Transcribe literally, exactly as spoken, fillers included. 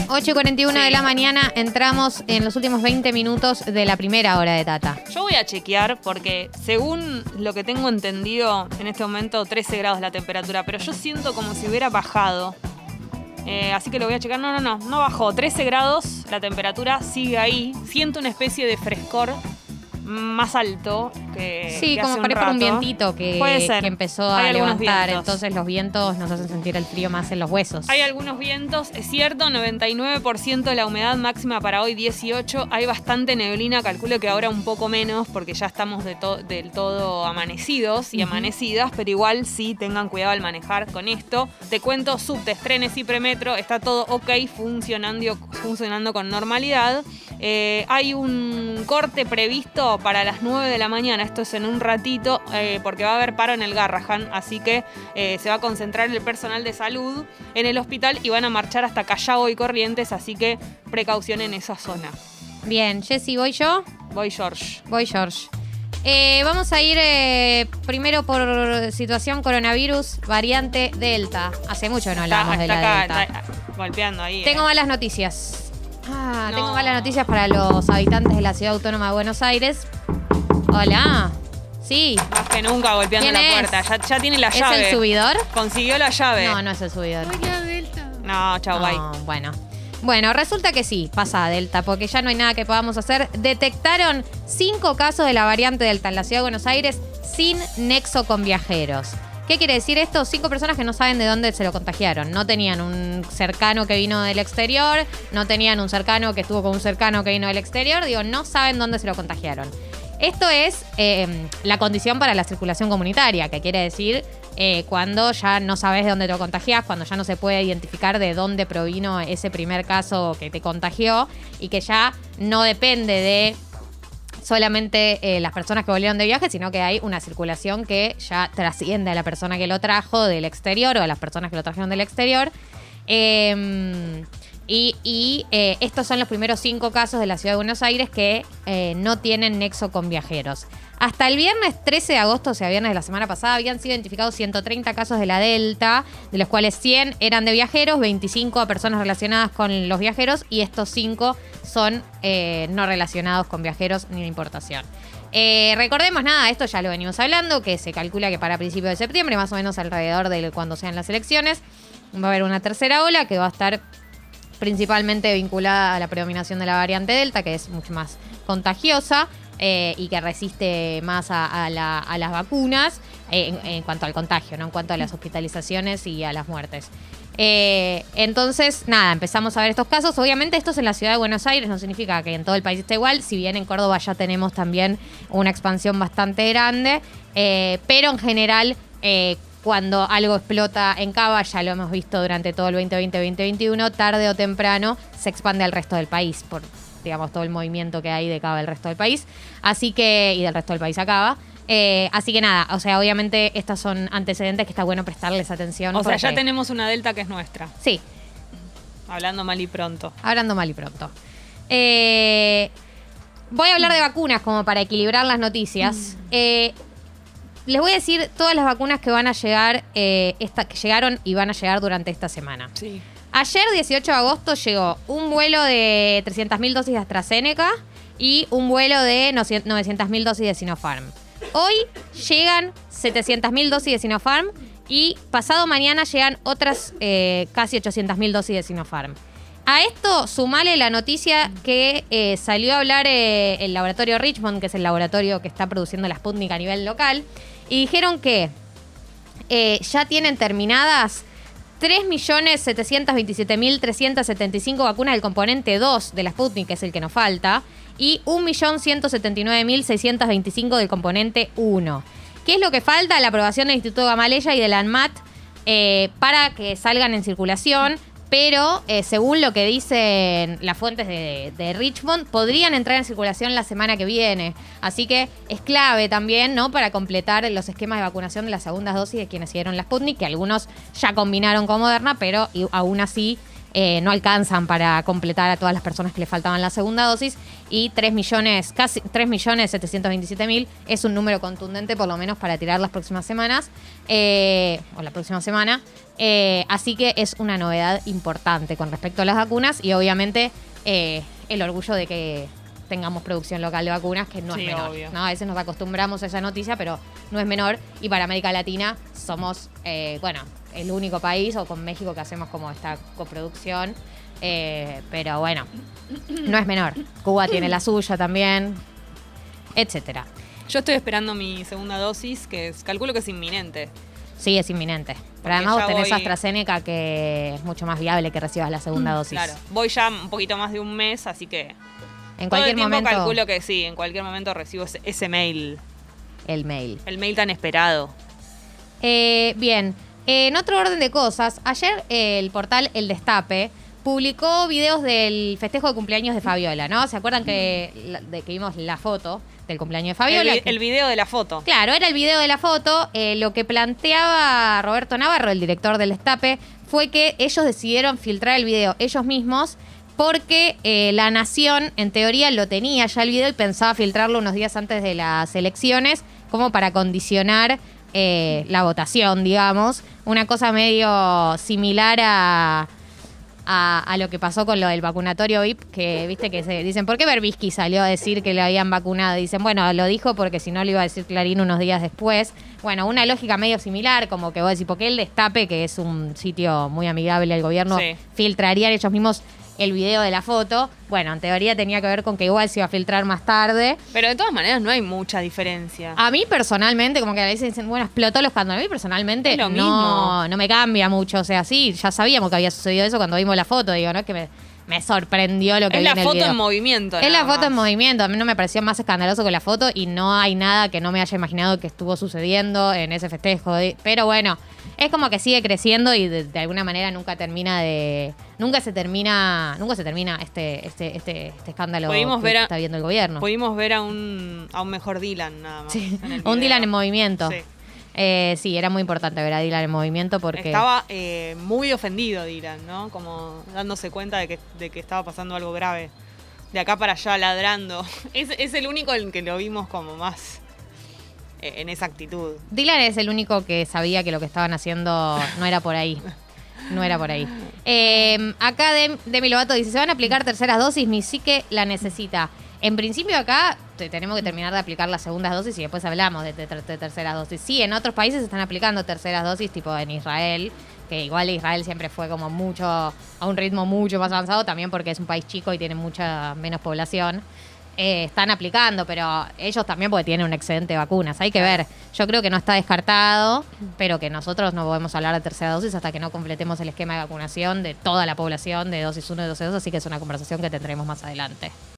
ocho y cuarenta y uno Sí. de la mañana, entramos en los últimos veinte minutos de la primera hora de Tata. Yo voy a chequear porque según lo que tengo entendido, en este momento trece grados la temperatura, pero yo siento como si hubiera bajado. Eh, así que lo voy a checar. No, no, no, no bajó. trece grados, la temperatura sigue ahí. Siento una especie de frescor más alto que Sí, que como hace un parece por un rato. vientito que, Puede ser. que empezó Hay a algunos levantar. vientos. Entonces los vientos nos hacen sentir el frío más en los huesos. Hay algunos vientos, es cierto, noventa y nueve por ciento de la humedad máxima para hoy, dieciocho. Hay bastante neblina, calculo que ahora un poco menos porque ya estamos de to- del todo amanecidos y Ujú. amanecidas, pero igual sí tengan cuidado al manejar con esto. Te cuento, subtes, trenes y premetro, está todo ok, funcionando, funcionando con normalidad. Eh, hay un corte previsto para las nueve de la mañana, esto es en un ratito, eh, porque va a haber paro en el Garrahan, así que eh, se va a concentrar el personal de salud en el hospital y van a marchar hasta Callao y Corrientes, así que precaución en esa zona. Bien, Jessy, ¿voy yo? Voy, George. Voy, George. Eh, vamos a ir eh, primero por situación coronavirus, variante Delta. Hace mucho que no hablamos Está, de está la acá, Delta. está golpeando ahí. Tengo eh. malas noticias. Ah, No. tengo malas noticias para los habitantes de la Ciudad Autónoma de Buenos Aires. Hola. Sí. Más que nunca golpeando ¿Quién la es? puerta. Ya, ya tiene la ¿Es llave. el subidor? Consiguió la llave. No, no es el subidor. No, chau, bye. No, bueno. Bueno, resulta que sí, pasa a Delta, porque ya no hay nada que podamos hacer. Detectaron cinco casos de la variante Delta en la Ciudad de Buenos Aires sin nexo con viajeros. ¿Qué quiere decir esto? Cinco personas que no saben de dónde se lo contagiaron. No tenían un cercano que vino del exterior, no tenían un cercano que estuvo con un cercano que vino del exterior. Digo, no saben dónde se lo contagiaron. Esto es eh, la condición para la circulación comunitaria, que quiere decir eh, cuando ya no sabes de dónde te lo contagias, cuando ya no se puede identificar de dónde provino ese primer caso que te contagió y que ya no depende de solamente eh, las personas que volvieron de viaje, sino que hay una circulación que ya trasciende a la persona que lo trajo del exterior o a las personas que lo trajeron del exterior. Eh, y y eh, estos son los primeros cinco casos de la Ciudad de Buenos Aires que eh, no tienen nexo con viajeros. Hasta el viernes trece de agosto, o sea, viernes de la semana pasada, habían sido identificados ciento treinta casos de la Delta, de los cuales cien eran de viajeros, veinticinco a personas relacionadas con los viajeros y estos cinco son eh, no relacionados con viajeros ni de importación. Eh, recordemos, nada, esto ya lo venimos hablando, que se calcula que para principios de septiembre, más o menos alrededor de cuando sean las elecciones, va a haber una tercera ola que va a estar principalmente vinculada a la predominación de la variante Delta, que es mucho más contagiosa eh, y que resiste más a, a, la, a las vacunas eh, en, en cuanto al contagio, no en cuanto a las hospitalizaciones y a las muertes. Eh, entonces, nada, empezamos a ver estos casos. Obviamente esto es en la Ciudad de Buenos Aires, no significa que en todo el país esté igual, si bien en Córdoba ya tenemos también una expansión bastante grande, eh, pero en general eh, cuando algo explota en Cava, ya lo hemos visto durante todo el veinte veinte veinte veintiuno, tarde o temprano se expande al resto del país por, digamos, todo el movimiento que hay de Cava al resto del país. Así que, y del resto del país a Cava. Eh, así que nada, o sea, obviamente estos son antecedentes que está bueno prestarles atención. O sea, ya porque- tenemos una Delta que es nuestra. Sí, Hablando mal y pronto. hablando mal y pronto. Eh, voy a hablar de vacunas como para equilibrar las noticias. Eh, les voy a decir todas las vacunas que van a llegar, eh, esta, que llegaron y van a llegar durante esta semana. Sí. Ayer, dieciocho de agosto, llegó un vuelo de trescientas mil dosis de AstraZeneca y un vuelo de novecientas mil dosis de Sinopharm. Hoy llegan setecientas mil dosis de Sinopharm y pasado mañana llegan otras eh, casi ochocientas mil dosis de Sinopharm. A esto sumale la noticia que eh, salió a hablar eh, el laboratorio Richmond, que es el laboratorio que está produciendo la Sputnik a nivel local, y dijeron que eh, ya tienen terminadas tres millones setecientos veintisiete mil trescientos setenta y cinco vacunas del componente dos de la Sputnik, que es el que nos falta, y un millón ciento setenta y nueve mil seiscientos veinticinco del componente uno. ¿Qué es lo que falta? La aprobación del Instituto Gamaleya y del ANMAT eh, para que salgan en circulación, pero eh, según lo que dicen las fuentes de, de Richmond, podrían entrar en circulación la semana que viene. Así que es clave también, ¿no?, para completar los esquemas de vacunación de las segundas dosis de quienes siguieron la Sputnik, que algunos ya combinaron con Moderna, pero y, aún así eh, no alcanzan para completar a todas las personas que le faltaban la segunda dosis y tres millones, casi tres millones setecientos veintisiete mil es un número contundente por lo menos para tirar las próximas semanas eh, o la próxima semana. Eh, así que es una novedad importante con respecto a las vacunas y obviamente eh, el orgullo de que tengamos producción local de vacunas, que no Sí, es menor. obvio. ¿no? A veces nos acostumbramos a esa noticia, pero no es menor. Y para América Latina somos, eh, bueno, el único país, o con México, que hacemos como esta coproducción. Eh, pero bueno, no es menor. Cuba tiene la suya también, etcétera. Yo estoy esperando mi segunda dosis, que es, calculo que es inminente. Sí, es inminente. Pero Porque además vos ya tenés voy- AstraZeneca, que es mucho más viable que recibas la segunda dosis. Claro, voy ya un poquito más de un mes, así que En todo cualquier el tiempo momento, calculo que sí, en cualquier momento recibo ese, ese mail, el mail. el mail tan esperado. Eh, bien, eh, en otro orden de cosas, ayer eh, el portal El Destape publicó videos del festejo de cumpleaños de Fabiola, ¿no? ¿Se acuerdan que, la- de que vimos la foto del cumpleaños de El, Fabiola? vi- Que- el video de la foto. Claro, era el video de la foto. Eh, lo que planteaba Roberto Navarro, el director del Destape, fue que ellos decidieron filtrar el video ellos mismos porque eh, La Nación, en teoría, lo tenía ya el video y pensaba filtrarlo unos días antes de las elecciones, como para condicionar eh, la votación, digamos. Una cosa medio similar a... A, a lo que pasó con lo del vacunatorio V I P, que viste que se dicen, ¿por qué Berbisky salió a decir que le habían vacunado? Dicen, bueno, lo dijo porque si no lo iba a decir Clarín unos días después. Bueno, una lógica medio similar, como que vos decís, porque el Destape, que es un sitio muy amigable al gobierno, Sí. filtrarían ellos mismos el video de la foto. Bueno, en teoría tenía que ver con que igual se iba a filtrar más tarde. Pero de todas maneras no hay mucha diferencia. A mí personalmente, como que a veces dicen, bueno, explotó los escándalos. A mí personalmente Es lo no, mismo. no me cambia mucho. O sea, sí, ya sabíamos que había sucedido eso cuando vimos la foto. Digo, no es que me, me sorprendió lo que es vi la en el foto video. en movimiento. Es la nada foto en más. movimiento. A mí no me pareció más escandaloso que la foto y no hay nada que no me haya imaginado que estuvo sucediendo en ese festejo. Pero bueno, es como que sigue creciendo y de, de alguna manera nunca termina de... Nunca se termina nunca se termina este este este, este escándalo Pudimos que ver a- está viendo el gobierno. Pudimos ver a un, a un mejor Dylan nada más. Sí, en el un video. Dylan en movimiento. Sí. Eh, sí, era muy importante ver a Dylan en movimiento porque... Estaba eh, muy ofendido Dylan, ¿no? Como dándose cuenta de que, de que estaba pasando algo grave. De acá para allá ladrando. Es, es el único en que lo vimos como más eh, en esa actitud. Dylan es el único que sabía que lo que estaban haciendo no era por ahí. No era por ahí. Eh, acá Dem- Demi Lovato dice, ¿se van a aplicar terceras dosis? Mi psique la necesita. En principio acá te- tenemos que terminar de aplicar las segundas dosis y después hablamos de, de ter- de terceras dosis. Sí, en otros países se están aplicando terceras dosis, tipo en Israel, que igual Israel siempre fue como mucho, a un ritmo mucho más avanzado, también porque es un país chico y tiene mucha menos población. Eh, están aplicando, pero ellos también porque tienen un excedente de vacunas. Hay que ver. Yo creo que no está descartado, pero que nosotros no podemos hablar de tercera dosis hasta que no completemos el esquema de vacunación de toda la población de dosis uno y dosis dos, así que es una conversación que tendremos más adelante.